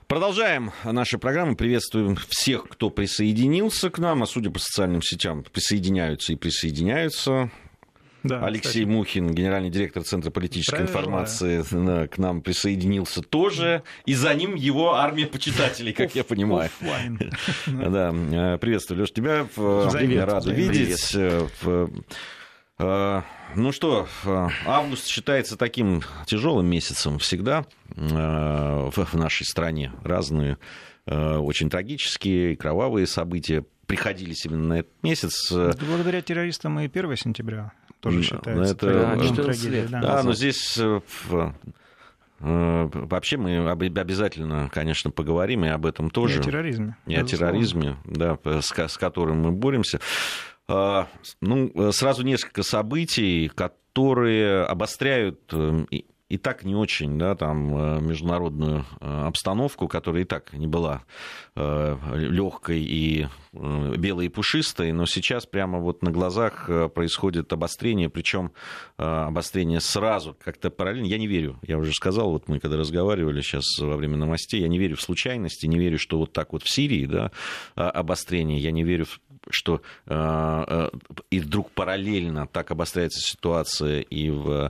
Продолжаем нашу программу. Приветствуем всех, кто присоединился к нам, а судя по социальным сетям, присоединяются и присоединяются. Да, Алексей кстати. Мухин, генеральный директор Центра политической информации, к нам присоединился тоже. И за ним его армия почитателей, как я понимаю. Да, приветствую, Лёш, тебя. Рад видеть. Ну что, август считается таким тяжелым месяцем всегда в нашей стране. Разные очень трагические, кровавые события приходились именно на этот месяц. Благодаря террористам и 1 сентября тоже считается. Это... Да, но здесь... Вообще мы обязательно, конечно, поговорим и об этом тоже. И о терроризме. И о терроризме, да, с которым мы боремся. Ну, сразу несколько событий, которые обостряют и так не очень, да, там, международную обстановку, которая и так не была легкой и белой и пушистой, но сейчас прямо вот на глазах происходит обострение, причем обострение сразу, как-то параллельно. Я не верю, я уже сказал, вот мы когда разговаривали сейчас во время новостей, я не верю в случайности, не верю, что вот так вот в Сирии, да, обострение, я не верю что и вдруг параллельно так обостряется ситуация и в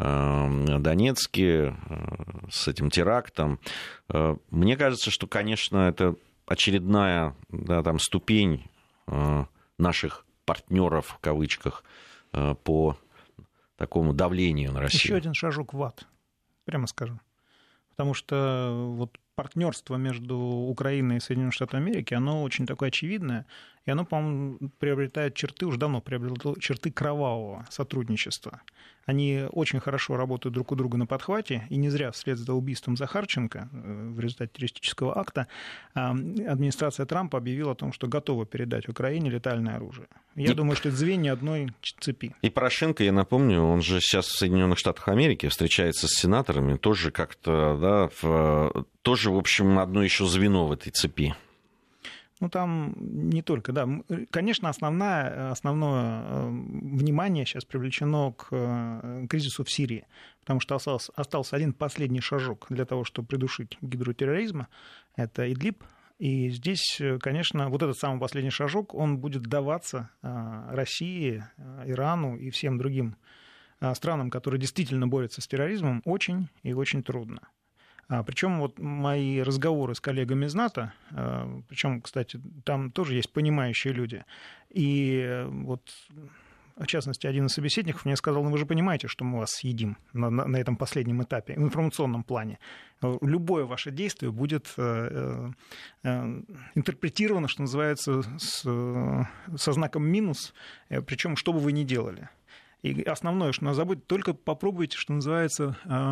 Донецке с этим терактом. Мне кажется, что, конечно, это очередная, да, там, ступень наших партнеров, в кавычках, по такому давлению на Россию. Еще один шажок в ад, прямо скажем. Потому что вот партнерство между Украиной и Соединенными Штатами Америки, оно очень такое очевидное, и оно, по-моему, приобретает черты, уже давно приобрело черты кровавого сотрудничества. Они очень хорошо работают друг у друга на подхвате, и не зря вслед за убийством Захарченко в результате террористического акта администрация Трампа объявила о том, что готова передать Украине летальное оружие. Я думаю, что это звенья одной цепи. И Порошенко, я напомню, он же сейчас в Соединенных Штатах Америки встречается с сенаторами, тоже как-то, да, тоже, в общем, одно еще звено в этой цепи. Ну, там не только, да. Конечно, основное внимание сейчас привлечено к кризису в Сирии, потому что остался один последний шажок для того, чтобы придушить гидру терроризма. Это Идлиб. И здесь, конечно, вот этот самый последний шажок, он будет даваться России, Ирану и всем другим странам, которые действительно борются с терроризмом, очень и очень трудно. Причем вот мои разговоры с коллегами из НАТО, причем, кстати, там тоже есть понимающие люди, и вот, в частности, один из собеседников мне сказал: ну вы же понимаете, что мы вас съедим на этом последнем этапе, в информационном плане. Любое ваше действие будет интерпретировано, что называется, со знаком минус, причем что бы вы ни делали. И основное, что надо забыть, только попробуйте, что называется,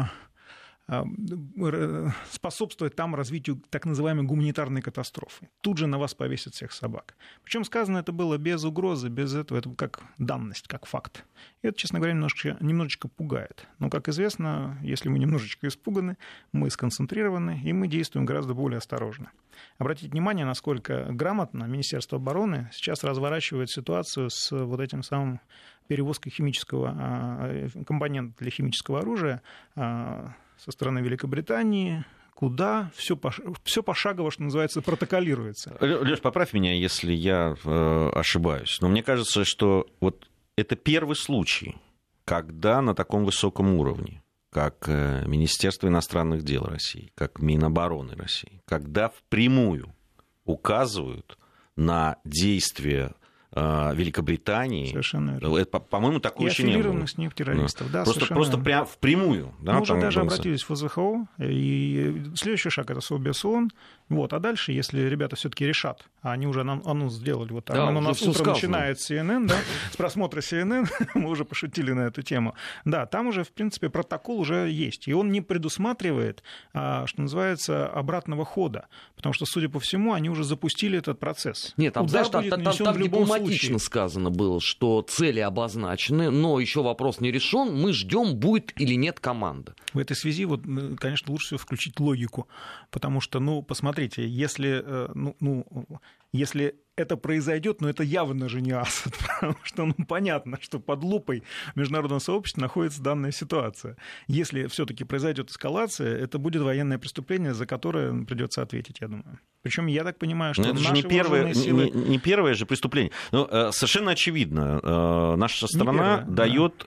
способствовать там развитию так называемой гуманитарной катастрофы. Тут же на вас повесят всех собак. Причем сказано это было без угрозы, без этого, это как данность, как факт. И это, честно говоря, немножечко пугает. Но, как известно, если мы немножечко испуганы, мы сконцентрированы, и мы действуем гораздо более осторожно. Обратите внимание, насколько грамотно Министерство обороны сейчас разворачивает ситуацию с вот этим самым перевозкой химического компонента для химического оружия со стороны Великобритании, куда все пошагово, что называется, протоколируется. Лёш, поправь меня, если я ошибаюсь, но мне кажется, что вот это первый случай, когда на таком высоком уровне, как Министерство иностранных дел России, как Минобороны России, когда впрямую указывают на действия Великобритании. Совершенно верно. Это, по-моему, такое еще не было. И аффилированных с них террористов. Да, просто прям впрямую. Да, мы уже даже обратились в ФЗХО, и следующий шаг — это Совбез ООН. Вот. А дальше, если ребята все-таки решат, а они уже анонс сделали, вот да, у нас утро начинает CNN, да, с просмотра CNN, мы уже пошутили на эту тему. Да, там уже, в принципе, протокол уже есть, и он не предусматривает, что называется, обратного хода, потому что, судя по всему, они уже запустили этот процесс. Нет, там, знаешь, там дипломатично сказано было, что цели обозначены, но еще вопрос не решен, мы ждем, будет или нет команда. В этой связи, вот, конечно, лучше всего включить логику, потому что, посмотрите, если это произойдет, но это явно же не Асад, потому что понятно, что под лупой международного сообщества находится данная ситуация. Если все-таки произойдет эскалация, это будет военное преступление, за которое придется ответить, я думаю. Причем я так понимаю, что это наши вооруженные силы... не первое же преступление. Но совершенно очевидно, наша страна дает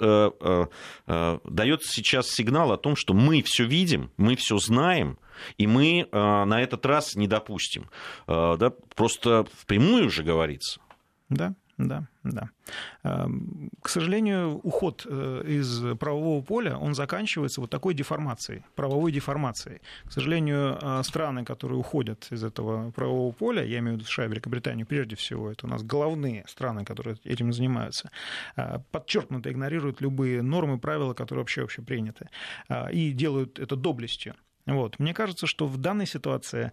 сейчас сигнал о том, что мы все видим, мы все знаем, и мы на этот раз не допустим. Да, просто впрямую уже говорится. Да. К сожалению, уход из правового поля, он заканчивается вот такой деформацией, правовой деформацией. К сожалению, страны, которые уходят из этого правового поля, я имею в виду США и Великобританию прежде всего, это у нас головные страны, которые этим занимаются, подчеркнуто игнорируют любые нормы, правила, которые вообще приняты, и делают это доблестью. Вот. Мне кажется, что в данной ситуации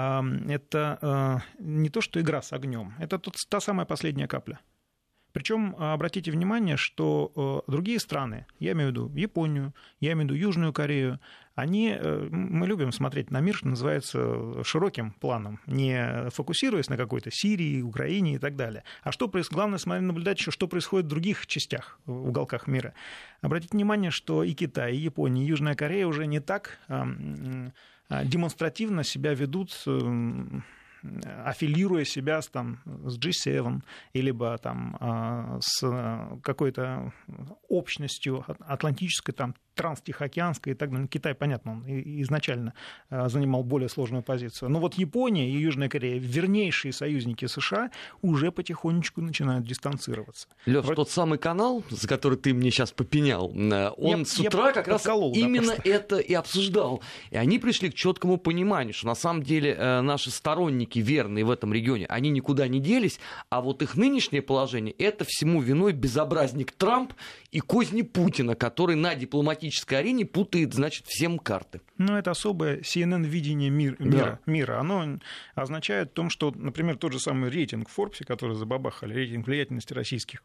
это не то, что игра с огнем, это та самая последняя капля. Причем обратите внимание, что другие страны, я имею в виду Японию, я имею в виду Южную Корею, мы любим смотреть на мир, что называется, широким планом, не фокусируясь на какой-то Сирии, Украине и так далее. А главное наблюдать еще, что происходит в других частях, уголках мира. Обратите внимание, что и Китай, и Япония, и Южная Корея уже не так демонстративно себя ведут, аффилируя себя с G7, либо с какой-то общностью атлантической, транстихоокеанской и так далее. Китай, понятно, он изначально занимал более сложную позицию. Но вот Япония и Южная Корея, вернейшие союзники США, уже потихонечку начинают дистанцироваться. Лёш, тот самый канал, за который ты мне сейчас попенял, он с утра как раз именно это и обсуждал. И они пришли к четкому пониманию, что на самом деле наши сторонники верные в этом регионе, они никуда не делись, а вот их нынешнее положение, это всему виной безобразник Трамп и козни Путина, который на дипломатической арене путает, значит, всем карты. Это особое CNN-видение мира. Оно означает то, что, например, тот же самый рейтинг в Форбсе, который забабахали, рейтинг влиятельности российских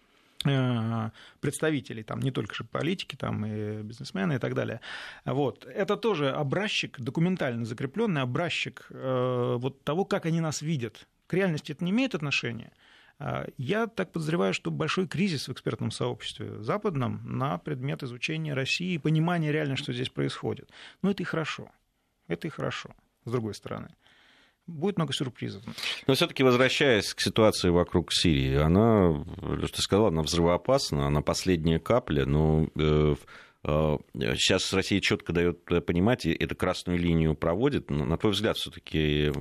представителей, не только же политики, и бизнесмены и так далее. Вот. Это тоже образчик, документально закрепленный образчик того, как они нас видят. К реальности это не имеет отношения. Я так подозреваю, что большой кризис в экспертном сообществе западном на предмет изучения России и понимания реально, что здесь происходит. Но это и хорошо. Это и хорошо, с другой стороны. Будет много сюрпризов. Но все-таки, возвращаясь к ситуации вокруг Сирии, она, что ты сказала, она взрывоопасна, она последняя капля, но сейчас Россия четко дает понимать, и эту красную линию проводит. На твой взгляд, все-таки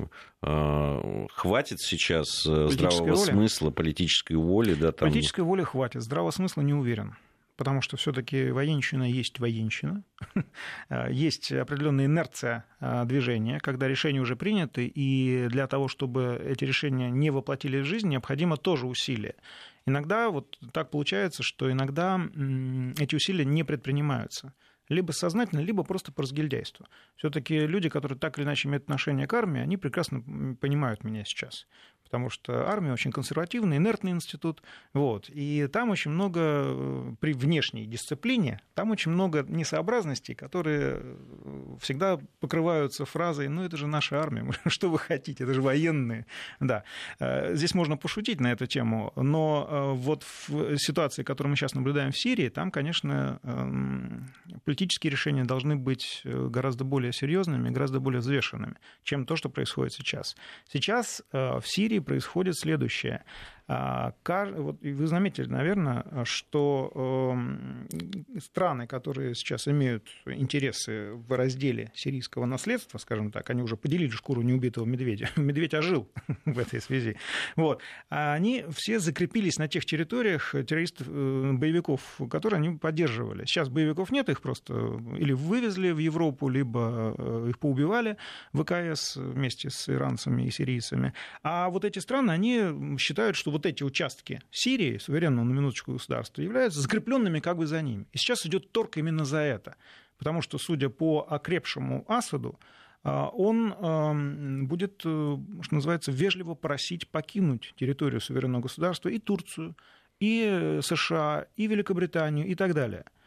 хватит сейчас здравого смысла, политической воли? Политической воли хватит, здравого смысла не уверен. Потому что все-таки военщина есть военщина, есть определенная инерция движения, когда решения уже приняты, и для того, чтобы эти решения не воплотили в жизнь, необходимо тоже усилия. Иногда вот так получается, что иногда эти усилия не предпринимаются. Либо сознательно, либо просто по разгильдяйству. Все-таки люди, которые так или иначе имеют отношение к армии, они прекрасно понимают меня сейчас. Потому что армия очень консервативный, инертный институт. Вот. И там очень много, при внешней дисциплине, там очень много несообразностей, которые всегда покрываются фразой: это же наша армия, что вы хотите, это же военные. Да. Здесь можно пошутить на эту тему, но вот в ситуации, которую мы сейчас наблюдаем в Сирии, там, конечно, политические решения должны быть гораздо более серьезными, гораздо более взвешенными, чем то, что происходит сейчас. Сейчас в Сирии происходит следующее. Вы заметили, наверное, что страны, которые сейчас имеют интересы в разделе сирийского наследства, скажем так, они уже поделили шкуру неубитого медведя. Медведь ожил в этой связи. Вот. Они все закрепились на тех территориях террористов, боевиков, которые они поддерживали. Сейчас боевиков нет, их просто или вывезли в Европу, либо их поубивали в ВКС вместе с иранцами и сирийцами. А вот эти страны, они считают, что вот эти участки Сирии, суверенного на минуточку государства, являются закрепленными как бы за ними. И сейчас идет торг именно за это. Потому что, судя по окрепшему Асаду, он будет, что называется, вежливо просить покинуть территорию суверенного государства и Турцию, и США, и Великобританию, и так далее.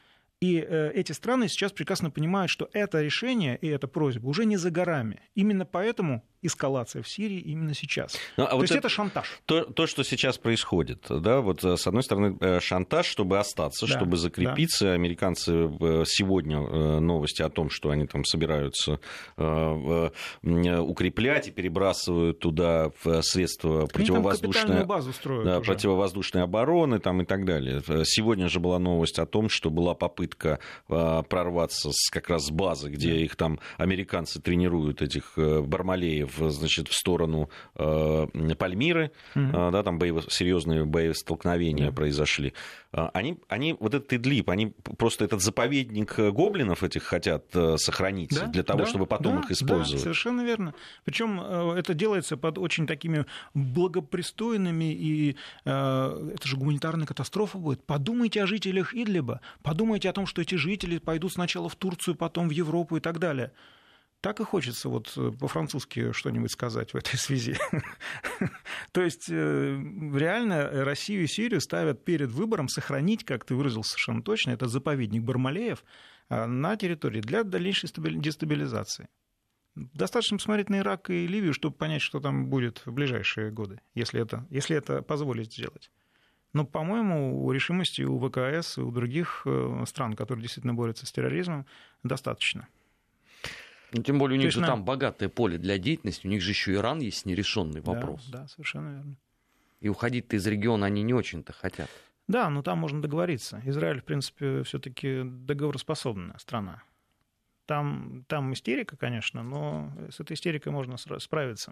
И эти страны сейчас прекрасно понимают, что это решение и эта просьба уже не за горами. Именно поэтому эскалация в Сирии именно сейчас. То есть это шантаж. То, что сейчас происходит, да, вот с одной стороны шантаж, чтобы остаться, да, чтобы закрепиться. Да. Американцы сегодня новости о том, что они там собираются укреплять и перебрасывают туда средства противовоздушной обороны там, и так далее. Сегодня же была новость о том, что была попытка прорваться как раз с базы, где их там американцы тренируют, этих бармалеев, значит, в сторону Пальмиры, да, там серьезные боестолкновения произошли. Они вот этот Идлиб, они просто этот заповедник гоблинов этих хотят сохранить, да, для того, чтобы потом их использовать. Да, совершенно верно. Причем это делается под очень такими благопристойными, и это же гуманитарная катастрофа будет. Подумайте о жителях Идлиба, подумайте о том, что эти жители пойдут сначала в Турцию, потом в Европу и так далее. Так и хочется вот по-французски что-нибудь сказать в этой связи. То есть реально Россию и Сирию ставят перед выбором сохранить, как ты выразился совершенно точно, этот заповедник Бармалеев на территории для дальнейшей дестабилизации. Достаточно посмотреть на Ирак и Ливию, чтобы понять, что там будет в ближайшие годы, если это позволить сделать. Но, по-моему, у решимости у ВКС и у других стран, которые действительно борются с терроризмом, достаточно. Ну, тем более у них же там богатое поле для деятельности, у них же еще Иран есть нерешенный вопрос. Да, совершенно верно. И уходить-то из региона они не очень-то хотят. Да, но там можно договориться. Израиль, в принципе, все-таки договороспособная страна. Там истерика, конечно, но с этой истерикой можно справиться.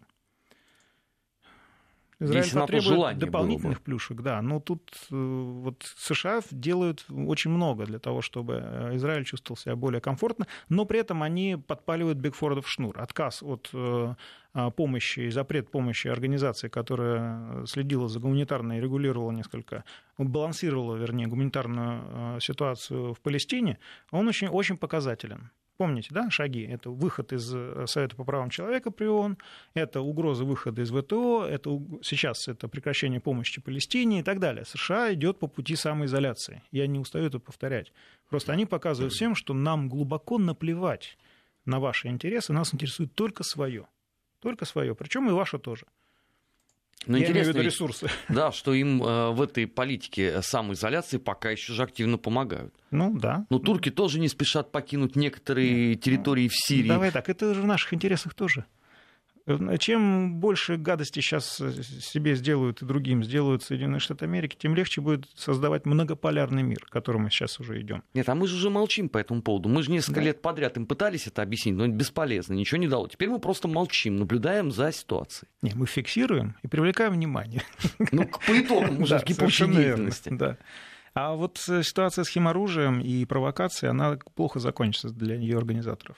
Израиль потребует дополнительных плюшек, да. Но тут вот США делают очень много для того, чтобы Израиль чувствовал себя более комфортно, но при этом они подпаливают Бигфордов шнур. Отказ от помощи и запрет помощи организации, которая следила за гуманитарной, регулировала несколько, балансировала, вернее, гуманитарную ситуацию в Палестине, он очень, очень показателен. Помните, да, шаги? Это выход из Совета по правам человека при ООН, это угроза выхода из ВТО, сейчас это прекращение помощи Палестине и так далее. США идет по пути самоизоляции. Я не устаю это повторять. Просто они показывают всем, что нам глубоко наплевать на ваши интересы, нас интересует только свое. Только свое, причем и ваше тоже. Но я интересно, имею в виду ресурсы. Да, что им в этой политике самоизоляции пока еще же активно помогают. Ну да. Но турки тоже не спешат покинуть некоторые территории в Сирии. Давай так, это же в наших интересах тоже. Чем больше гадости сейчас себе сделают и другим сделают Соединенные Штаты Америки, тем легче будет создавать многополярный мир, к которому мы сейчас уже идем. Нет, а мы же уже молчим по этому поводу. Мы же несколько лет подряд им пытались это объяснить, но это бесполезно, ничего не дало. Теперь мы просто молчим, наблюдаем за ситуацией. Не, мы фиксируем и привлекаем внимание. Ну, по итогам уже кипучей деятельности. Да. А вот ситуация с химоружием и провокацией, она плохо закончится для ее организаторов.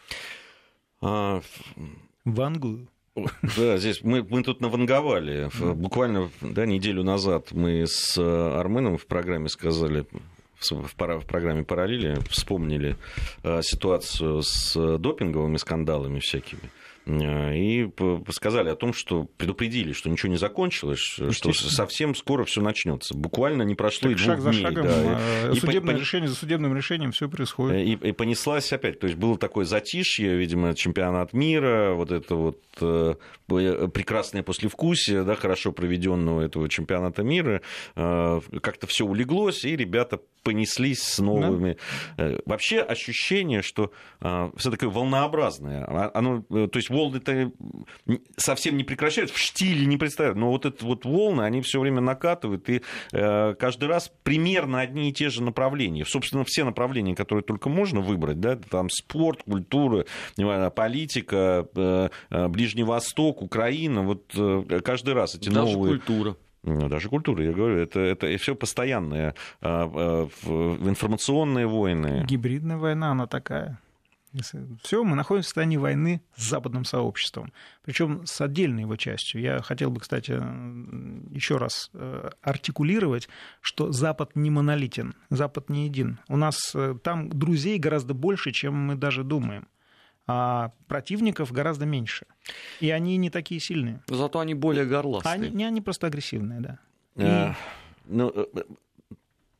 Вангую. Да, здесь мы тут наванговали. Буквально неделю назад мы с Арменом в программе сказали, в программе «Параллели» вспомнили ситуацию с допинговыми скандалами всякими. И сказали о том, что предупредили, что ничего не закончилось, что совсем скоро все начнется. Буквально не прошло и 2 дней. Шаг за шагом, судебное решение за судебным решением все происходит. И понеслась опять. То есть было такое затишье, видимо, чемпионат мира, вот это вот прекрасное послевкусие, да, хорошо проведенного этого чемпионата мира. Как-то все улеглось, и ребята понеслись с новыми. Да. Вообще ощущение, что все такое волнообразное. Оно, то есть волны-то совсем не прекращаются, в штиле не представляют, но вот это вот волны, они все время накатывают, и каждый раз примерно одни и те же направления. Собственно, все направления, которые только можно выбрать, да, там спорт, культура, политика, Ближний Восток, Украина, вот каждый раз эти даже новые... культура. Даже культура, я говорю, это все постоянное. Информационные войны. Гибридная война, она такая. Все, мы находимся в состоянии войны с западным сообществом, причем с отдельной его частью. Я хотел бы, кстати, еще раз артикулировать, что Запад не монолитен, Запад не един. У нас там друзей гораздо больше, чем мы даже думаем. А противников гораздо меньше. И они не такие сильные. Зато они более горластые. Они просто агрессивные, да.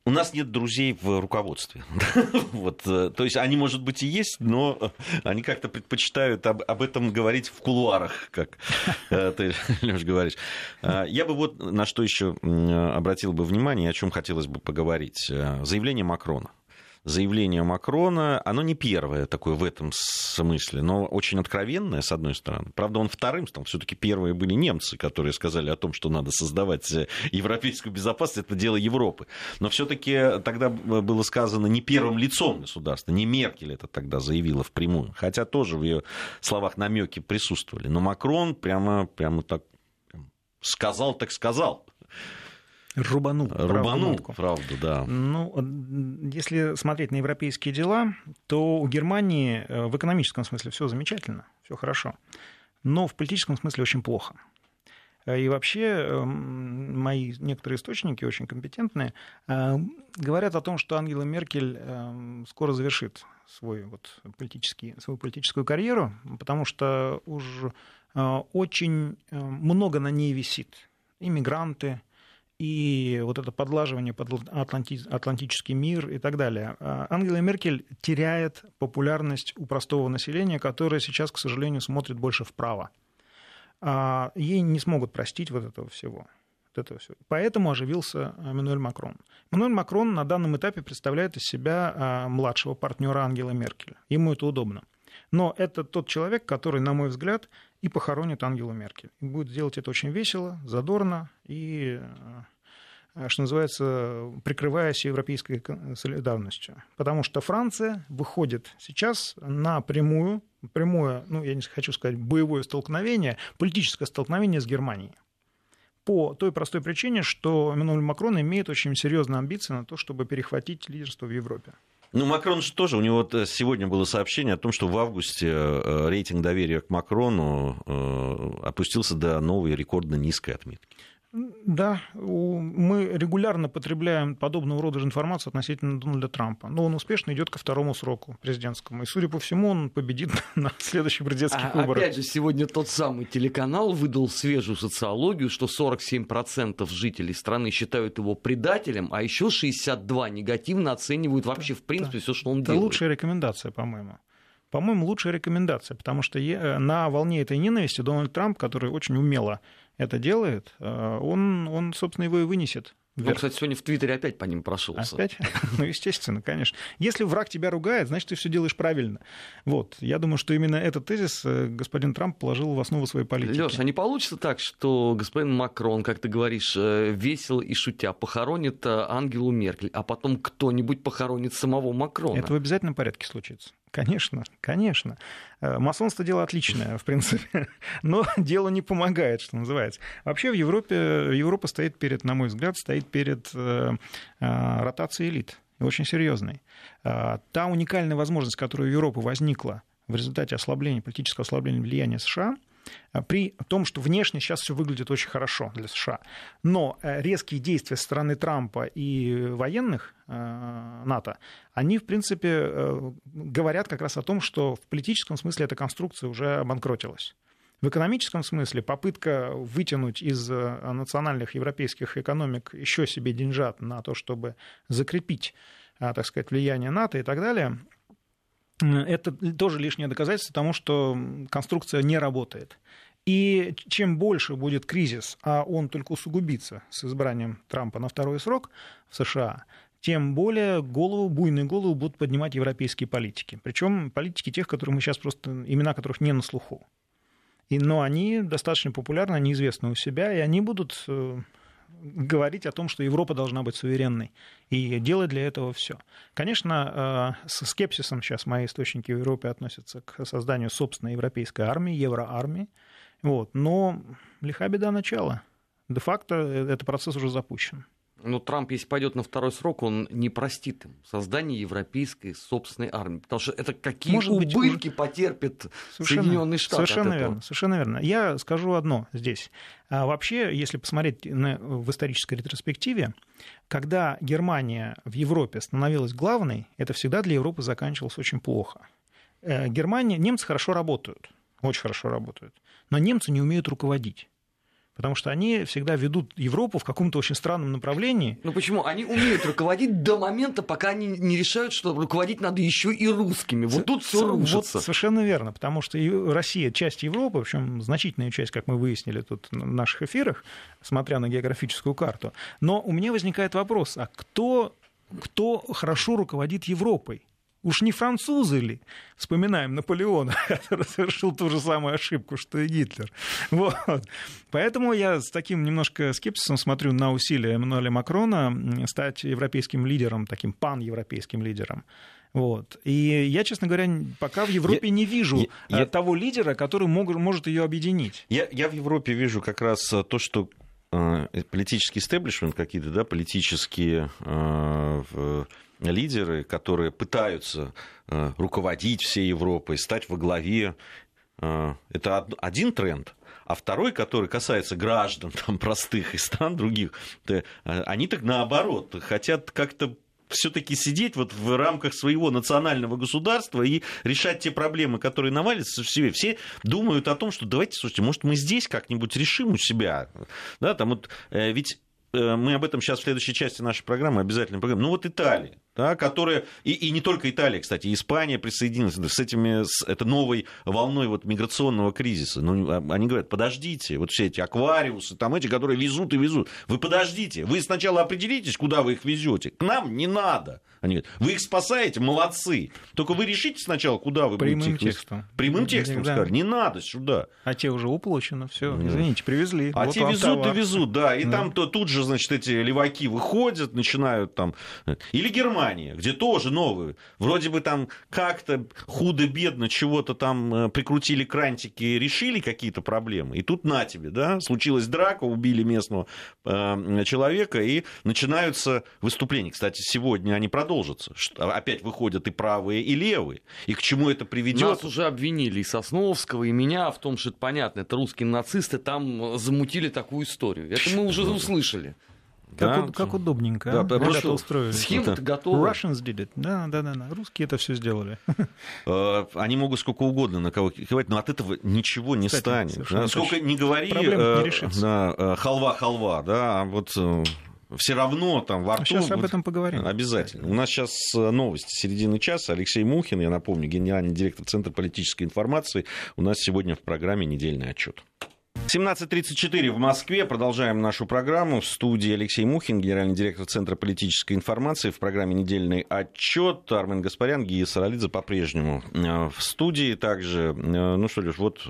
У нас нет друзей в руководстве. Вот, то есть они, может быть, и есть, но они как-то предпочитают об этом говорить в кулуарах, как ты, Лёш, говоришь. Я бы вот на что еще обратил бы внимание, о чем хотелось бы поговорить. Заявление Макрона. Заявление Макрона, оно не первое такое в этом смысле, но очень откровенное, с одной стороны. Правда, он вторым стал. Все-таки первые были немцы, которые сказали о том, что надо создавать европейскую безопасность. Это дело Европы. Но все-таки тогда было сказано не первым лицом государства. Не Меркель это тогда заявила впрямую. Хотя тоже в ее словах намеки присутствовали. Но Макрон прямо так сказал, так сказал. Рубанул, правду, да. Ну, если смотреть на европейские дела, то у Германии в экономическом смысле все замечательно, все хорошо, но в политическом смысле очень плохо. И вообще мои некоторые источники, очень компетентные, говорят о том, что Ангела Меркель скоро завершит свою политическую карьеру, потому что уж очень много на ней висит. Иммигранты, и вот это подлаживание под атлантический мир и так далее. Ангела Меркель теряет популярность у простого населения, которое сейчас, к сожалению, смотрит больше вправо. Ей не смогут простить вот этого всего. Поэтому оживился Эммануэль Макрон. Эммануэль Макрон на данном этапе представляет из себя младшего партнера Ангелы Меркель. Ему это удобно. Но это тот человек, который, на мой взгляд, и похоронит Ангелу Меркель. И будет делать это очень весело, задорно и, что называется, прикрываясь европейской солидарностью. Потому что Франция выходит сейчас на прямое, ну, я не хочу сказать боевое столкновение, политическое столкновение с Германией. По той простой причине, что Эммануэль Макрон имеет очень серьезные амбиции на то, чтобы перехватить лидерство в Европе. Ну, Макрон же тоже, у него сегодня было сообщение о том, что в августе рейтинг доверия к Макрону опустился до новой рекордно низкой отметки. Да, мы регулярно потребляем подобного рода информацию относительно Дональда Трампа. Но он успешно идет ко второму сроку президентскому. И, судя по всему, он победит на следующих президентских выборах. Опять же, сегодня тот самый телеканал выдал свежую социологию, что 47% жителей страны считают его предателем, а еще 62% негативно оценивают вообще в принципе все, что он делает. Это лучшая рекомендация, по-моему. По-моему, лучшая рекомендация, потому что на волне этой ненависти Дональд Трамп, который очень умело это делает, он собственно, его и вынесет. Ну, кстати, сегодня в Твиттере опять по ним прошелся. Опять? Ну, естественно, конечно. Если враг тебя ругает, значит, ты все делаешь правильно. Вот. Я думаю, что именно этот тезис господин Трамп положил в основу своей политики. Лёш, а не получится так, что господин Макрон, как ты говоришь, весело и шутя похоронит Ангелу Меркель, а потом кто-нибудь похоронит самого Макрона? Это в обязательном порядке случится. Конечно, конечно. Масонство дело отличное, в принципе, но делу не помогает, что называется. Вообще Европа стоит перед, на мой взгляд, перед ротацией элит, очень серьезной. Та уникальная возможность, которая у Европы возникла в результате политического ослабления влияния США, при том, что внешне сейчас все выглядит очень хорошо для США, но резкие действия со стороны Трампа и военных НАТО, они, в принципе, говорят как раз о том, что в политическом смысле эта конструкция уже обанкротилась. В экономическом смысле попытка вытянуть из национальных европейских экономик еще себе деньжат на то, чтобы закрепить, так сказать, влияние НАТО и так далее, это тоже лишнее доказательство тому, что конструкция не работает. И чем больше будет кризис, а он только усугубится с избранием Трампа на второй срок в США, тем более буйные головы будут поднимать европейские политики. Причем политики тех, которые мы сейчас имена которых не на слуху. Но они достаточно популярны, они известны у себя, и они будут говорить о том, что Европа должна быть суверенной и делать для этого все. Конечно, с скепсисом сейчас мои источники в Европе относятся к созданию собственной европейской армии, евроармии, но лиха беда начала. Де-факто этот процесс уже запущен. Но Трамп, если пойдет на второй срок, он не простит им создание европейской собственной армии. Потому что это какие убытки потерпят Соединенные Штаты. Совершенно верно. Я скажу одно здесь. Вообще, если посмотреть в исторической ретроспективе, когда Германия в Европе становилась главной, это всегда для Европы заканчивалось очень плохо. Немцы хорошо работают, очень хорошо работают, но немцы не умеют руководить. Потому что они всегда ведут Европу в каком-то очень странном направлении. Ну почему? Они умеют руководить до момента, пока они не решают, что руководить надо еще и русскими. Вот тут все рушится. Вот совершенно верно, потому что Россия часть Европы, причем значительная часть, как мы выяснили тут в наших эфирах, смотря на географическую карту. Но у меня возникает вопрос, а кто хорошо руководит Европой? Уж не французы ли? Вспоминаем Наполеона, который совершил ту же самую ошибку, что и Гитлер. Вот. Поэтому я с таким немножко скепсисом смотрю на усилия Эммануэля Макрона стать европейским лидером, таким паневропейским лидером. Вот. И я, честно говоря, пока в Европе не вижу того лидера, который может ее объединить. Я в Европе вижу как раз то, что политический истеблишмент какие-то, да, политические лидеры, которые пытаются руководить всей Европой, стать во главе, это один тренд. А второй, который касается граждан там, простых и стран других, они так наоборот хотят как-то все-таки сидеть вот в рамках своего национального государства и решать те проблемы, которые навалятся в себе. Все думают о том, что давайте, слушайте, может, мы здесь как-нибудь решим у себя. Да, там вот, ведь мы об этом сейчас в следующей части нашей программы обязательно поговорим. Ну вот Италия, да, которая, и не только Италия, кстати, и Испания присоединилась с этой новой волной вот миграционного кризиса. Ну, они говорят, подождите, вот все эти аквариусы, там эти, которые везут и везут, вы подождите, вы сначала определитесь, куда вы их везете, к нам не надо. Они говорят, вы их спасаете, молодцы, только вы решите сначала, куда вы будете их везти. Прямым текстом сказали, не надо сюда. А те уже уплочено, все, извините, привезли. А вот те везут и везут, да, и там тут же, значит, эти леваки выходят, начинают там... Или Германия, где тоже новые. Вроде бы там как-то худо-бедно чего-то там прикрутили крантики, решили какие-то проблемы. И тут на тебе, да, случилась драка, убили местного человека, и начинаются выступления. Кстати, сегодня они продолжатся. Опять выходят и правые, и левые. И к чему это приведет? Нас уже обвинили и Сосновского, и меня в том, что это понятно, это русские нацисты там замутили такую историю. Это мы уже услышали. Как удобненько. Да, ребята устроили. Схема-то готова. Russians did it. Да. Русские это все сделали. Они могут сколько угодно на кого кивать, но от этого ничего не станет. Сколько ни говори, халва, да, вот все равно там во рту... Сейчас об этом поговорим. Обязательно. У нас сейчас новости середины часа. Алексей Мухин, я напомню, генеральный директор Центра политической информации. У нас сегодня в программе «Недельный отчет». 17:34 в Москве. Продолжаем нашу программу. В студии Алексей Мухин, генеральный директор Центра политической информации. В программе «Недельный отчет». Армен Гаспарян, Гия Саралидзе по-прежнему в студии. Также, ну что, Леш, вот...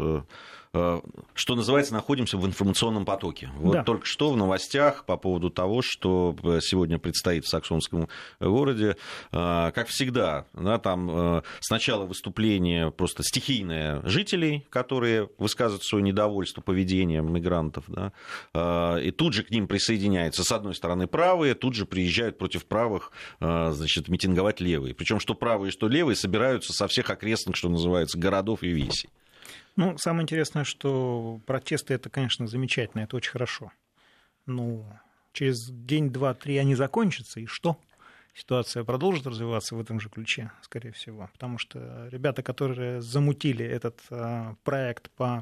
что называется, находимся в информационном потоке. Вот да. Только что в новостях по поводу того, что сегодня предстоит в Саксонском городе, как всегда, да, там сначала выступление просто стихийное жителей, которые высказывают свое недовольство поведением мигрантов, да, и тут же к ним присоединяются, с одной стороны, правые, тут же приезжают против правых, значит, митинговать левые. Причем что правые, что левые собираются со всех окрестных, что называется, городов и весей. Ну, самое интересное, что протесты – это, конечно, замечательно, это очень хорошо. Ну, через день, два, три они закончатся, и что? Ситуация продолжит развиваться в этом же ключе, скорее всего. Потому что ребята, которые замутили этот проект по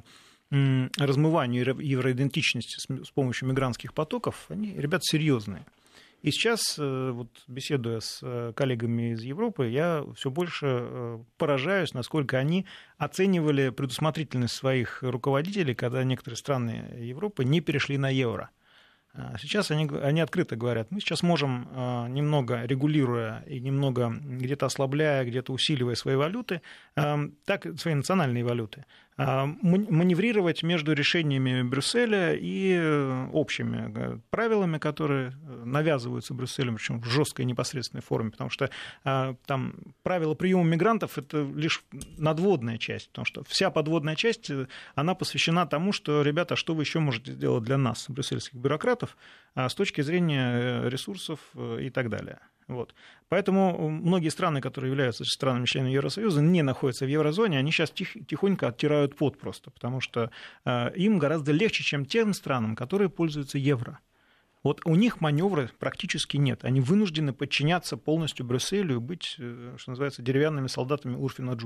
размыванию евроидентичности с помощью мигрантских потоков, они ребята серьезные. И сейчас, вот, беседуя с коллегами из Европы, я все больше поражаюсь, насколько они оценивали предусмотрительность своих руководителей, когда некоторые страны Европы не перешли на евро. Сейчас они открыто говорят, мы сейчас можем, немного регулируя и немного где-то ослабляя, где-то усиливая свои валюты, так, свои национальные валюты, маневрировать между решениями Брюсселя и общими правилами, которые навязываются Брюсселем, причем в жесткой непосредственной форме, потому что там правила приема мигрантов – это лишь надводная часть, потому что вся подводная часть, она посвящена тому, что, ребята, что вы еще можете сделать для нас, брюссельских бюрократов, с точки зрения ресурсов и так далее. Вот. Поэтому многие страны, которые являются странами-членами Евросоюза, не находятся в еврозоне, они сейчас тихонько оттирают пот просто, потому что им гораздо легче, чем тем странам, которые пользуются евро. Вот у них маневра практически нет. Они вынуждены подчиняться полностью Брюсселю и быть, что называется, деревянными солдатами Урфина Джуса.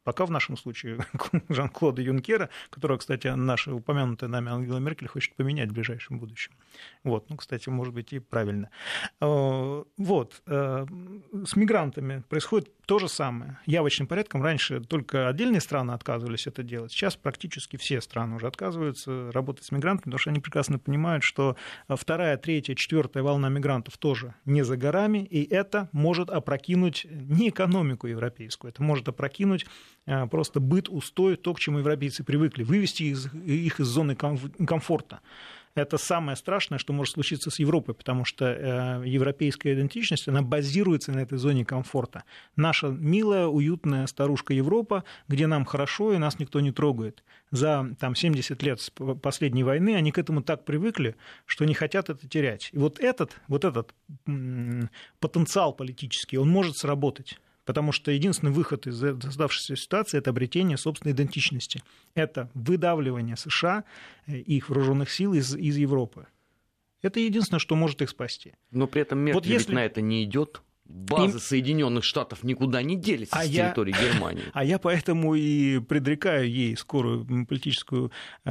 Пока в нашем случае Жан-Клода Юнкера, которого, кстати, наша упомянутая нами Ангела Меркель хочет поменять в ближайшем будущем. Вот, ну, кстати, может быть, и правильно. Вот, с мигрантами происходит то же самое. Явочным порядком раньше только отдельные страны отказывались это делать. Сейчас практически все страны уже отказываются работать с мигрантами, потому что они прекрасно понимают, что вторая, третья, четвертая волна мигрантов тоже не за горами, и это может опрокинуть не экономику европейскую, это может опрокинуть просто быт, устой, то, к чему европейцы привыкли, вывести их из зоны комфорта. Это самое страшное, что может случиться с Европой, потому что европейская идентичность, она базируется на этой зоне комфорта. Наша милая, уютная старушка Европа, где нам хорошо и нас никто не трогает. За 70 лет с последней войны они к этому так привыкли, что не хотят это терять. И вот этот потенциал политический, он может сработать. Потому что единственный выход из создавшейся ситуации – это обретение собственной идентичности. Это выдавливание США и их вооруженных сил из Европы. Это единственное, что может их спасти. Но при этом Меркель ведь на это не идет. Базы Соединенных Штатов никуда не делись с территории Германии. А я поэтому и предрекаю ей скорую политическую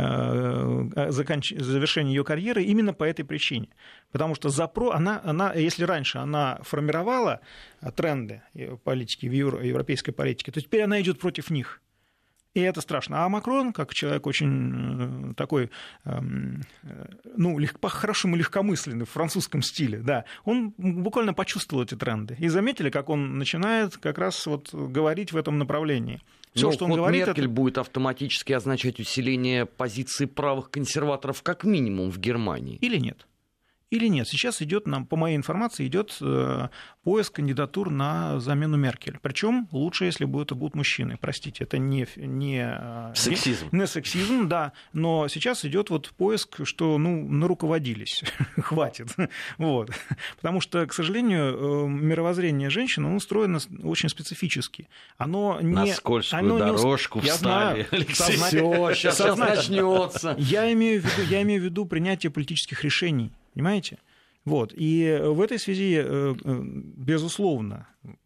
завершение ее карьеры именно по этой причине. Потому что она, если раньше она формировала тренды политики, европейской политики, то теперь она идет против них. И это страшно. А Макрон, как человек очень такой, по-хорошему легкомысленный, в французском стиле, да, он буквально почувствовал эти тренды. И заметили, как он начинает как раз вот говорить в этом направлении. Всё, что он говорит, Меркель будет автоматически означать усиление позиции правых консерваторов как минимум в Германии. Или нет? Или нет? Сейчас идет, по моей информации, идет поиск кандидатур на замену Меркель. Причем лучше, если это будут мужчины. Простите, это не сексизм. Не сексизм, да. Но сейчас идет поиск, что наруководились. Хватит. Вот. Потому что, к сожалению, мировоззрение женщин устроено очень специфически. Оно не... На скользкую дорожку встали. Все, сейчас начнется. Я имею в виду принятие политических решений. Понимаете? Вот. И в этой связи, безусловно,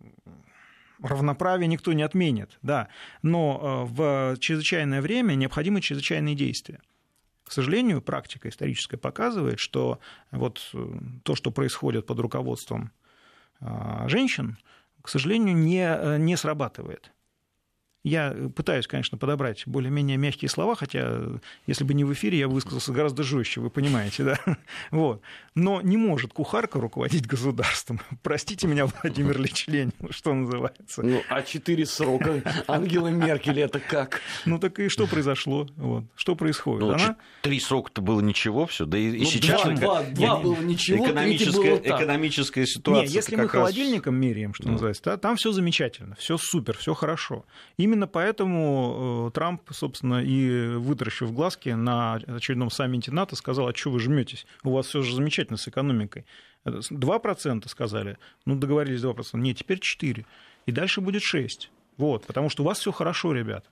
равноправие никто не отменит, да, но в чрезвычайное время необходимы чрезвычайные действия. К сожалению, практика историческая показывает, что то, что происходит под руководством женщин, к сожалению, не срабатывает. Я пытаюсь, конечно, подобрать более-менее мягкие слова, хотя, если бы не в эфире, я бы высказался гораздо жестче, вы понимаете, да? Вот. Но не может кухарка руководить государством. Простите меня, Владимир Ильич Ленин, что называется. 4 срока Ангелы Меркель, это как? Так и что произошло? Что происходит? 3 срока-то было ничего, все. Да и сейчас... 2 было ничего, экономическая ситуация. Нет, если мы холодильником меряем, что называется, там все замечательно, все супер, все хорошо. Именно поэтому Трамп, собственно, и вытаращив глазки на очередном саммите НАТО, сказал: а что вы жметесь? У вас все же замечательно с экономикой. 2% сказали, договорились 2%. Нет, теперь 4%. И дальше будет 6%. Вот, потому что у вас все хорошо, ребята.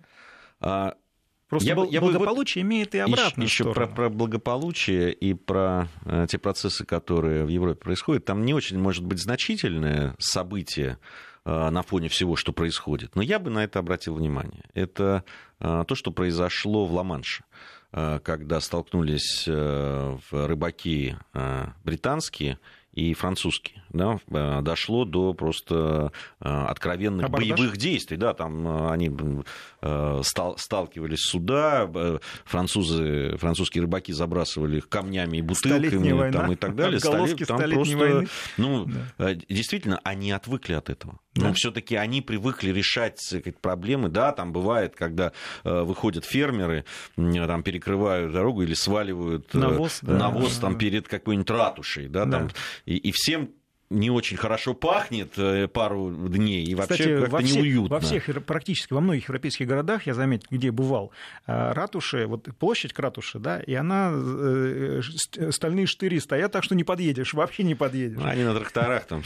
Просто благополучие имеет и обратную сторону. Еще про благополучие и про те процессы, которые в Европе происходят. Там не очень, может быть, значительное событие на фоне всего, что происходит. Но я бы на это обратил внимание. Это то, что произошло в Ла-Манше, когда столкнулись рыбаки британские и французские. Да, дошло до просто откровенных боевых действий. Да, там они сталкивались с суда, французские рыбаки забрасывали их камнями и бутылками там, и так далее. Там просто, действительно, они отвыкли от этого. Но все-таки они привыкли решать проблемы. Да, там бывает, когда выходят фермеры, там перекрывают дорогу или сваливают навоз там, перед какой-нибудь ратушей. Да, там, и всем не очень хорошо пахнет пару дней, и вообще, кстати, как-то неуютно. Практически во многих европейских городах, я заметил, где бывал, ратуши, площадь к ратуше, да, и стальные штыри стоят, так что не подъедешь, вообще не подъедешь. Они на тракторах там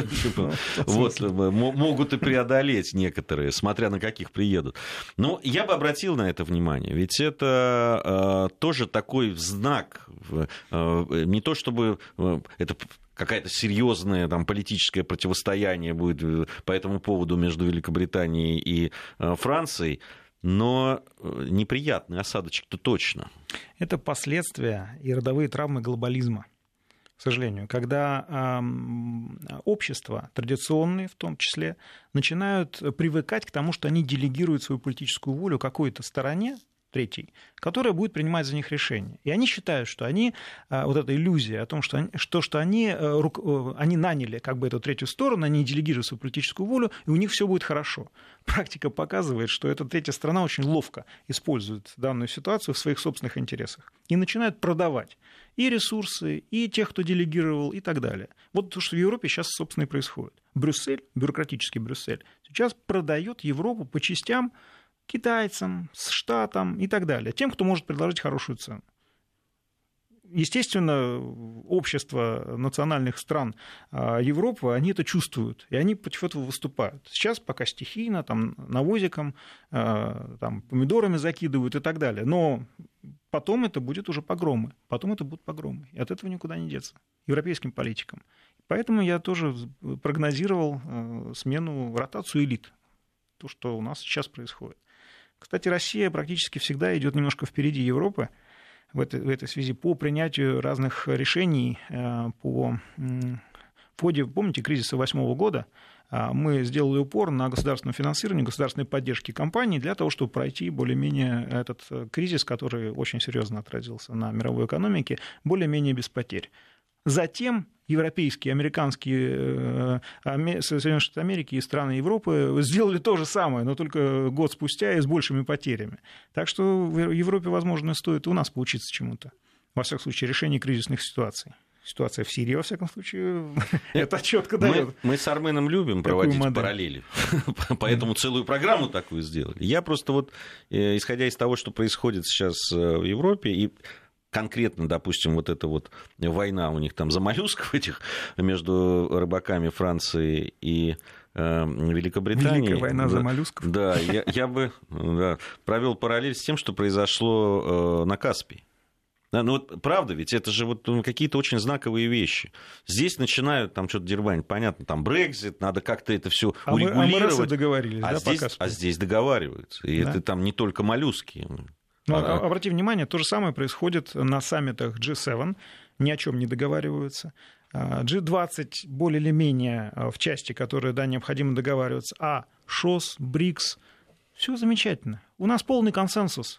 могут и преодолеть некоторые, смотря на каких приедут. Но я бы обратил на это внимание, ведь это тоже такой знак, не то чтобы это какое-то серьезное там политическое противостояние будет по этому поводу между Великобританией и Францией, но неприятный осадочек-то точно. Это последствия и родовые травмы глобализма, к сожалению, когда общества, традиционные в том числе, начинают привыкать к тому, что они делегируют свою политическую волю какой-то стороне, третий, которая будет принимать за них решения. И они считают, что они, вот эта иллюзия о том, что они наняли как бы эту третью сторону, они делегируют свою политическую волю, и у них все будет хорошо. Практика показывает, что эта третья сторона очень ловко использует данную ситуацию в своих собственных интересах и начинает продавать и ресурсы, и тех, кто делегировал, и так далее. Вот то, что в Европе сейчас, собственно, и происходит. Брюссель, бюрократический Брюссель, сейчас продает Европу по частям китайцам, Штатам и так далее, тем, кто может предложить хорошую цену. Естественно, общество национальных стран Европы, они это чувствуют, и они против этого выступают. Сейчас пока стихийно, там, навозиком, там, помидорами закидывают и так далее, но потом это будет уже погромы, и от этого никуда не деться европейским политикам. Поэтому я тоже прогнозировал ротацию элит, то, что у нас сейчас происходит. Кстати, Россия практически всегда идет немножко впереди Европы в этой связи по принятию разных решений. В ходе, помните, кризиса 2008 года мы сделали упор на государственное финансирование, государственной поддержки компаний для того, чтобы пройти более-менее этот кризис, который очень серьезно отразился на мировой экономике, более-менее без потерь. Затем европейские, американские, Соединенные Штаты Америки и страны Европы сделали то же самое, но только год спустя и с большими потерями. Так что в Европе, возможно, стоит у нас поучиться чему-то. Во всяком случае, решение кризисных ситуаций. Ситуация в Сирии, во всяком случае, это четко дает. Мы с Арменом любим проводить параллели, поэтому целую программу такую сделали. Я просто вот, исходя из того, что происходит сейчас в Европе, и конкретно, допустим, вот эта вот война у них там за моллюсков этих между рыбаками Франции и Великобритании. Великая война за моллюсков. Да, я бы провел параллель с тем, что произошло на Каспии. Ну вот правда, ведь это же вот какие-то очень знаковые вещи. Здесь начинают там что-то дербанить, понятно, там Брексит, надо как-то это все урегулировать. Мы договорились, здесь договариваются. И это там не только моллюски. Но обрати внимание, то же самое происходит на саммитах G7, ни о чем не договариваются. G20 более или менее в части, которая, да, необходимо договариваться, ШОС, БРИКС, все замечательно. У нас полный консенсус.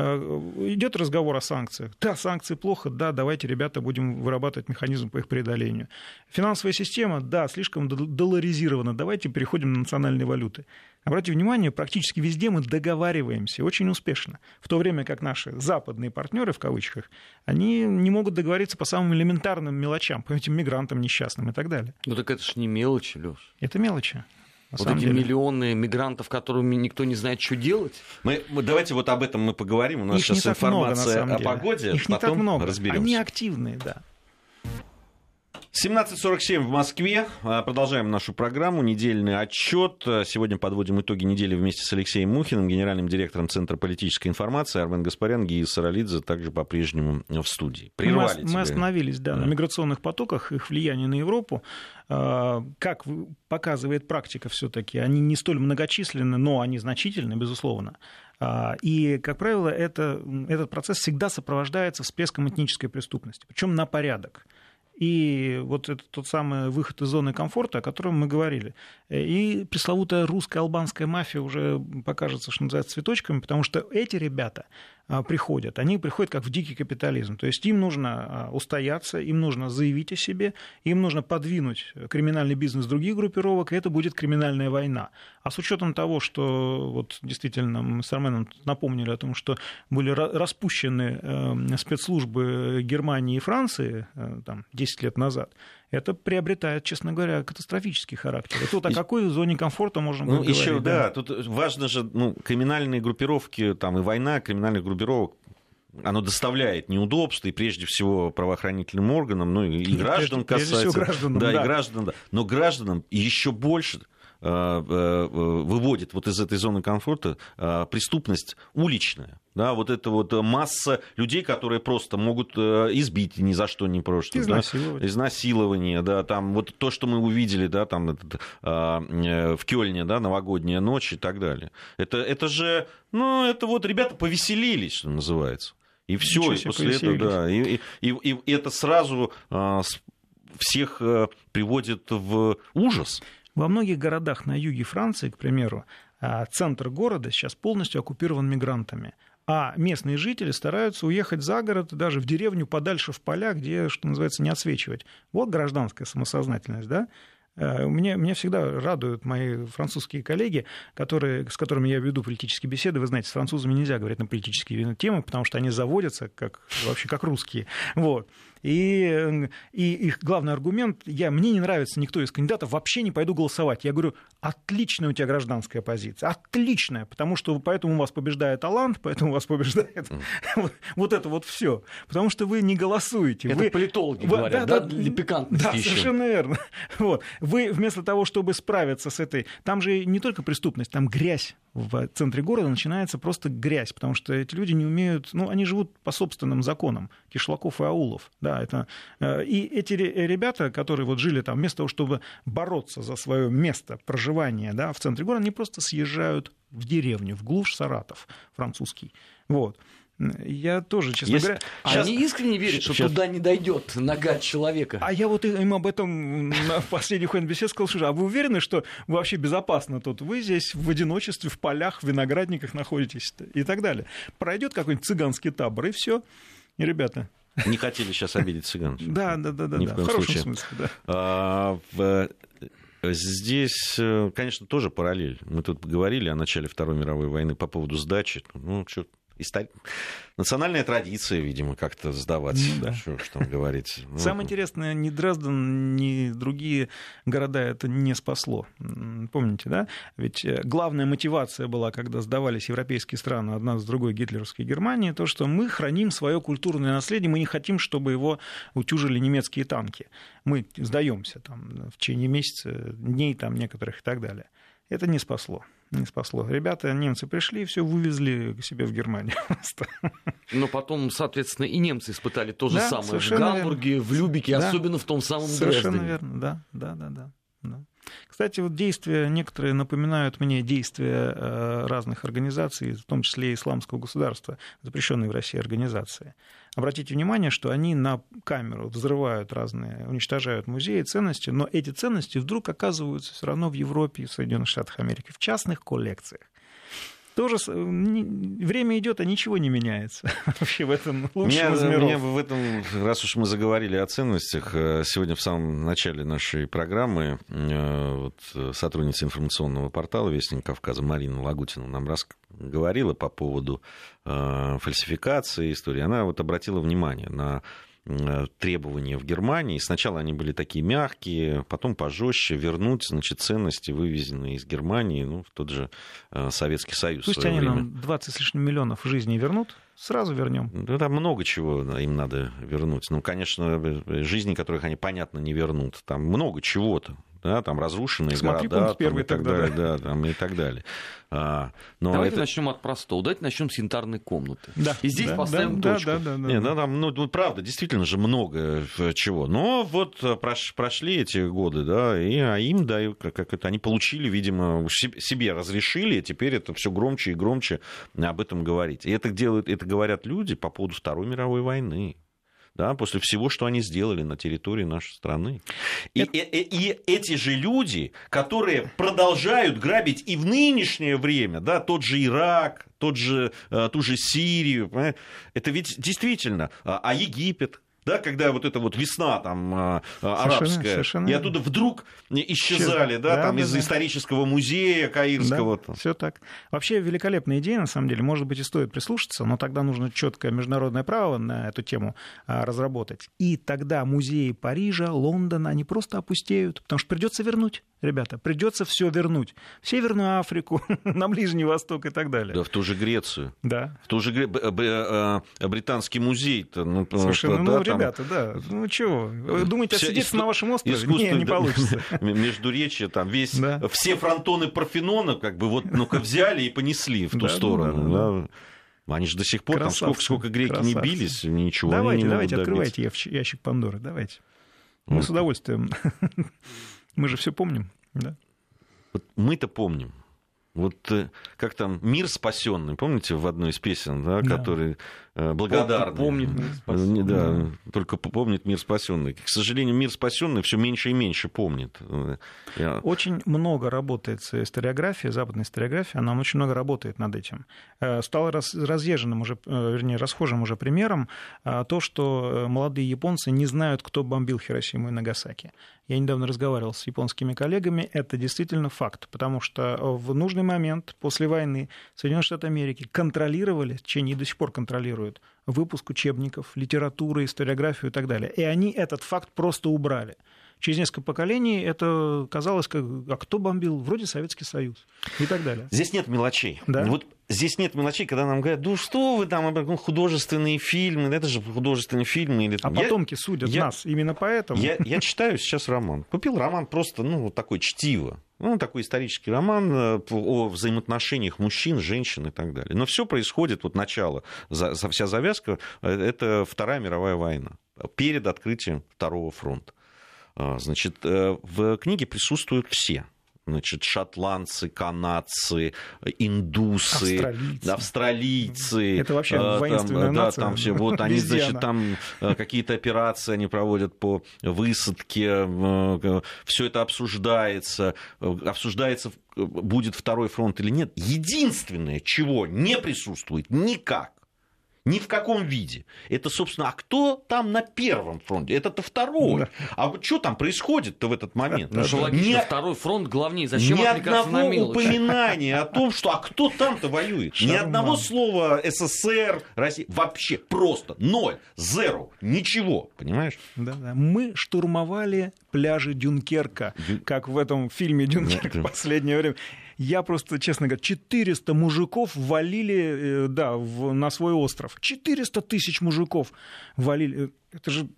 Идет разговор о санкциях. Да, санкции плохо, да, давайте, ребята, будем вырабатывать механизм по их преодолению. Финансовая система, да, слишком долларизирована, давайте переходим на национальные валюты. Обратите внимание, практически везде мы договариваемся очень успешно, в то время как наши западные партнеры, в кавычках, они не могут договориться по самым элементарным мелочам, по этим мигрантам несчастным и так далее. Ну так это ж не мелочи, Лёш. Это мелочи. Вот эти миллионы мигрантов, которыми никто не знает, что делать. Давайте вот об этом мы поговорим. У нас сейчас информация о погоде. Их не так много. Разберемся. Они активные, да. 17:47 в Москве. Продолжаем нашу программу. Недельный отчет. Сегодня подводим итоги недели вместе с Алексеем Мухиным, генеральным директором Центра политической информации. Армен Гаспарян, Гия Саралидзе также по-прежнему в студии. Мы остановились на миграционных потоках, их влияние на Европу. Как показывает практика, все-таки они не столь многочисленны, но они значительны, безусловно. И, как правило, этот процесс всегда сопровождается всплеском этнической преступности, причем на порядок. И вот это тот самый выход из зоны комфорта, о котором мы говорили. И пресловутая русско-албанская мафия уже покажется, что называется, цветочками, потому что эти ребята приходят как в дикий капитализм. То есть им нужно устояться, им нужно заявить о себе, им нужно подвинуть криминальный бизнес других группировок, и это будет криминальная война. А с учетом того, что вот действительно мы с Арменом напомнили о том, что были распущены спецслужбы Германии и Франции там, 10 лет назад, это приобретает, честно говоря, катастрофический характер. И тут о какой зоне комфорта можно говорить? Еще, да, тут важно же, криминальные группировки, там и война криминальных группировок, оно доставляет неудобства, и прежде всего правоохранительным органам, и граждан касается. Гражданам, да, и граждан, да. Но гражданам еще больше выводит вот из этой зоны комфорта преступность уличная. Да, вот это вот масса людей, которые просто могут избить ни за что, ни про что. Изнасиловать. Да? Изнасилование, да, там вот то, что мы увидели, да, там в Кёльне, да, новогодняя ночь и так далее. Это же, ну, это вот ребята повеселились, что называется. И все, и после этого, да, и это сразу всех приводит в ужас. Во многих городах на юге Франции, к примеру, центр города сейчас полностью оккупирован мигрантами. А местные жители стараются уехать за город, даже в деревню, подальше в поля, где, что называется, не отсвечивать. Вот гражданская самосознательность, да? Меня всегда радуют мои французские коллеги, с которыми я веду политические беседы. Вы знаете, с французами нельзя говорить на политические темы, потому что они заводятся вообще как русские. Вот. И их главный аргумент: мне не нравится никто из кандидатов, вообще не пойду голосовать. Я говорю: отличная у тебя гражданская позиция, отличная, потому что поэтому у вас побеждает талант, поэтому у вас побеждает вот это вот все, потому что вы не голосуете. Это политологи говорят, да, для пикантности. Да, совершенно верно. Вот. Вы вместо того, чтобы справиться с этой... Там же не только преступность, там грязь. В центре города начинается просто грязь, потому что эти люди не умеют... Ну, они живут по собственным законам кишлаков и аулов. Да, это... И эти ребята, которые вот жили там, вместо того, чтобы бороться за свое место проживания, да, в центре города, они просто съезжают в деревню, в глушь Саратов французский. Вот. Я тоже, честно говоря... Они искренне верят, что туда не дойдет нога человека. А я вот им об этом в последних беседах сказал: слушай, а вы уверены, что вы вообще безопасно тут? Вы здесь в одиночестве, в полях, в виноградниках находитесь и так далее. Пройдет какой-нибудь цыганский табор, и все. И ребята... Не хотели сейчас обидеть цыган. Да, в хорошем смысле, да. Здесь, конечно, тоже параллель. Мы тут поговорили о начале Второй мировой войны по поводу сдачи. Ну, что... Национальная традиция, видимо, как-то сдавать. Да. Что там говорить. Самое интересное, ни Дрезден, ни другие города это не спасло. Помните, да? Ведь главная мотивация была, когда сдавались европейские страны одна с другой гитлеровской Германии, то, что мы храним свое культурное наследие, мы не хотим, чтобы его утюжили немецкие танки. Мы сдаемся там в течение месяца, дней там некоторых и так далее. Это не спасло. Не спасло. Ребята, немцы пришли и все вывезли к себе в Германию. Но потом, соответственно, и немцы испытали то же самое в Гамбурге, верно. В Любеке, да. Особенно в том самом Дрездене. Совершенно верно, да. Кстати, вот действия некоторые напоминают мне действия разных организаций, в том числе и Исламского государства, запрещенные в России организации. Обратите внимание, что они на камеру взрывают разные, уничтожают музеи, ценности, но эти ценности вдруг оказываются все равно в Европе и в Соединенных Штатах Америки, в частных коллекциях. Тоже время идет, а ничего не меняется. Вообще в этом лучшем из миров. Меня в этом, раз уж мы заговорили о ценностях, сегодня в самом начале нашей программы сотрудница информационного портала «Вестник Кавказа» Марина Лагутина нам говорила по поводу фальсификации истории. Она вот обратила внимание на требования в Германии. Сначала они были такие мягкие, потом пожестче, вернуть, значит, ценности, вывезенные из Германии, в тот же Советский Союз. Пусть они нам 20 с лишним миллионов жизней вернут, сразу вернем. Да, там много чего им надо вернуть. Конечно, жизни, которых они, понятно, не вернут. Там много чего-то. Да, там разрушенные Смотри, города, пункт первый, и так далее, да, там, и так далее. Давайте начнем от простого. Давайте начнем с янтарной комнаты. Да, и здесь поставим точку. Правда, действительно же много чего. Но вот прошли эти годы, да, и им, да, они получили, видимо, себе разрешили, и теперь это все громче и громче об этом говорить. И это говорят люди по поводу Второй мировой войны. Да, после всего, что они сделали на территории нашей страны. И эти же люди, которые продолжают грабить и в нынешнее время, да, тот же Ирак, ту же Сирию, это ведь действительно, а Египет, да, когда вот эта вот весна там арабская, совершенно. И оттуда вдруг исчезали, из исторического музея каирского. Да, все так. Вообще великолепная идея, на самом деле, может быть, и стоит прислушаться, но тогда нужно четкое международное право на эту тему разработать. И тогда музеи Парижа, Лондона, они просто опустеют, потому что придется вернуть. Ребята, придется все вернуть. В Северную Африку, на Ближний Восток и так далее. Да, в ту же Грецию. Да. В ту же Британский музей-то. Совершенно, да, ребята, да. Ну чего? Вы думаете, отсидеться на вашем острове? Не получится. Междуречье, там все фронтоны Парфенона как бы вот ну-ка взяли и понесли в ту сторону. Они же до сих пор, там сколько греки не бились, ничего не могут добиться. Давайте, открывайте ящик Пандоры, давайте. Мы с удовольствием. Мы же все помним, да? Вот мы-то помним. Вот как там «Мир спасенный», помните, в одной из песен, да, который благодарный. Помнит «Мир спасенный». Да, только помнит «Мир спасенный». К сожалению, «Мир спасенный» все меньше и меньше помнит. Очень много работает историография, западная историография, она очень много работает над этим. Стало разъезженным уже, вернее, расхожим уже примером то, что молодые японцы не знают, кто бомбил Хиросиму и Нагасаки. Я недавно разговаривал с японскими коллегами, это действительно факт, потому что в нужный момент после войны Соединенные Штаты Америки контролировали, в течение до сих пор контролируют, выпуск учебников, литературы, историографию и так далее. И они этот факт просто убрали. Через несколько поколений это казалось, как, а кто бомбил? Вроде Советский Союз и так далее. Здесь нет мелочей. Да? Вот здесь нет мелочей, когда нам говорят, ну что вы там, художественные фильмы, это же художественные фильмы. Или, там. А потомки судят нас именно поэтому. Я читаю сейчас роман. Купил роман просто, вот такой чтиво. Такой исторический роман о взаимоотношениях мужчин, женщин и так далее. Но все происходит, вот начало, вся завязка, это Вторая мировая война. Перед открытием Второго фронта. Значит, в книге присутствуют все. Значит, шотландцы, канадцы, индусы, австралийцы. Это вообще воинственная нация. Там все, вот они, значит, там какие-то операции они проводят по высадке. Все это обсуждается, будет Второй фронт или нет. Единственное, чего не присутствует никак, ни в каком виде. Это, собственно, а кто там на первом фронте? Это-то второй. Да. А вот что там происходит-то в этот момент? Ну, что логично, второй фронт главнее. Зачем отвлекаться на мелочь? Ни одного упоминания о том, что а кто там-то воюет? Ни одного слова СССР, Россия. Вообще просто ноль, зеро, ничего. Понимаешь? Да. Мы штурмовали пляжи Дюнкерка, как в этом фильме «Дюнкерк» в последнее время. Я просто, честно говоря, 400 мужиков валили на свой остров. 400 тысяч мужиков валили. Это же...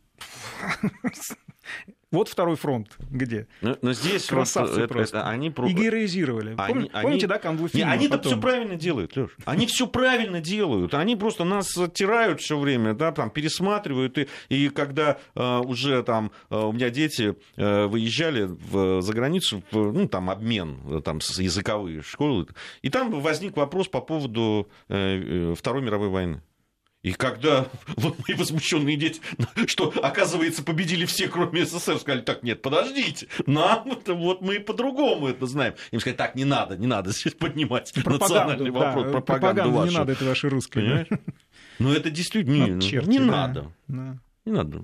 Вот Второй фронт где? Но здесь красавцы просто. Они и героизировали. Помните, да, Канву фильма? Они-то все правильно делают, Лёш. Они все правильно делают. Они просто нас оттирают все время, да, там, пересматривают. И когда уже там у меня дети выезжали за границу, там обмен, там языковые школы, и там возник вопрос по поводу Второй мировой войны. И когда мои возмущенные дети, что, оказывается, победили все, кроме СССР, сказали, так, нет, подождите, нам это, вот мы по-другому это знаем. Им сказали, так, не надо здесь поднимать национальный вопрос, пропаганду вашу. Не надо, это ваши русские. Ну, это действительно не надо. Не надо.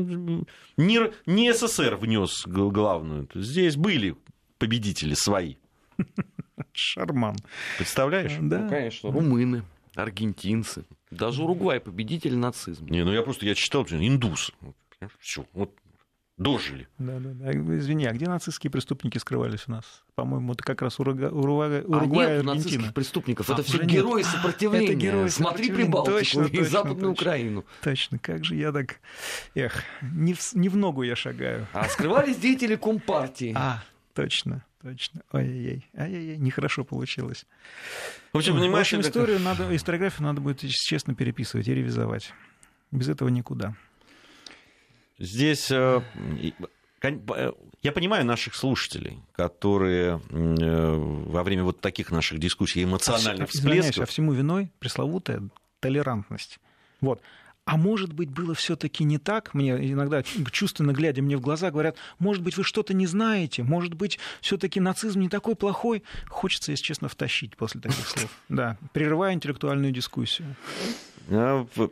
Не СССР внес главную. Здесь были победители свои. Шарман. Представляешь? Да. Конечно, румыны, аргентинцы. Даже Уругвай победитель нацизма. Я читал, индусы. Все, вот дожили. Да. Извини, а где нацистские преступники скрывались у нас? По-моему, это как раз Уругвай и Аргентина. Нацистских преступников. Это все герои сопротивления. Это герои Смотри Прибалтику и Западную Украину. Точно. Как же я так... не в ногу я шагаю. А скрывались деятели Компартии. Точно. Ай-яй-яй, нехорошо получилось. В общем, историографию надо будет честно переписывать и ревизовать. Без этого никуда. Здесь я понимаю наших слушателей, которые во время вот таких наших дискуссий эмоциональных всплесков... А всему виной пресловутая толерантность. Вот. А может быть, было все-таки не так? Мне иногда, чувственно глядя мне в глаза, говорят, может быть, вы что-то не знаете, может быть, все-таки нацизм не такой плохой. Хочется, если честно, втащить после таких слов. Да, прерывая интеллектуальную дискуссию.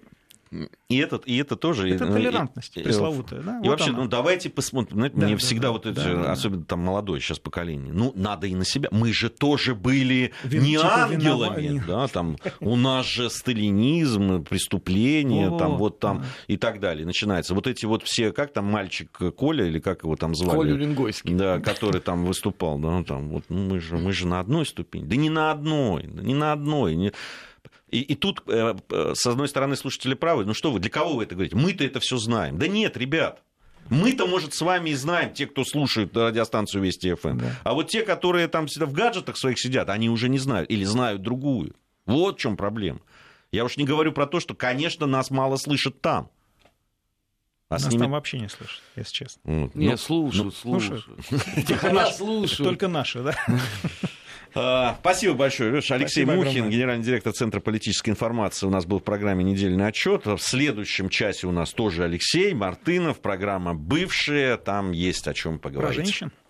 И это тоже... Это толерантность пресловутая. Да? И вот вообще, она. давайте посмотрим. Знаете, мне всегда особенно там молодое сейчас поколение, надо и на себя. Мы же тоже были не ангелами. Да, там, у нас же сталинизм, преступления, и так далее. Начинается. Вот эти вот все, как там мальчик Коля, или как его там звали? Коля Уренгойский. Да, который там выступал. Да, там, мы же на одной ступени. Да не на одной. И тут, с одной стороны, слушатели правы, что вы, для кого вы это говорите? Мы-то это все знаем. Да нет, ребят, мы-то, может, с вами и знаем, те, кто слушает радиостанцию Вести ФМ. Да. А вот те, которые там в гаджетах своих сидят, они уже не знают или знают другую. Вот в чем проблема. Я уж не говорю про то, что, конечно, нас мало слышат там. Нас там вообще не слышат, если честно. Не слушают. Только наши, да? Спасибо большое. Алексей Мухин, генеральный директор Центра политической информации, у нас был в программе «Недельный отчет». В следующем часе у нас тоже Алексей Мартынов, программа «Бывшие». Там есть о чем поговорить. Про женщин?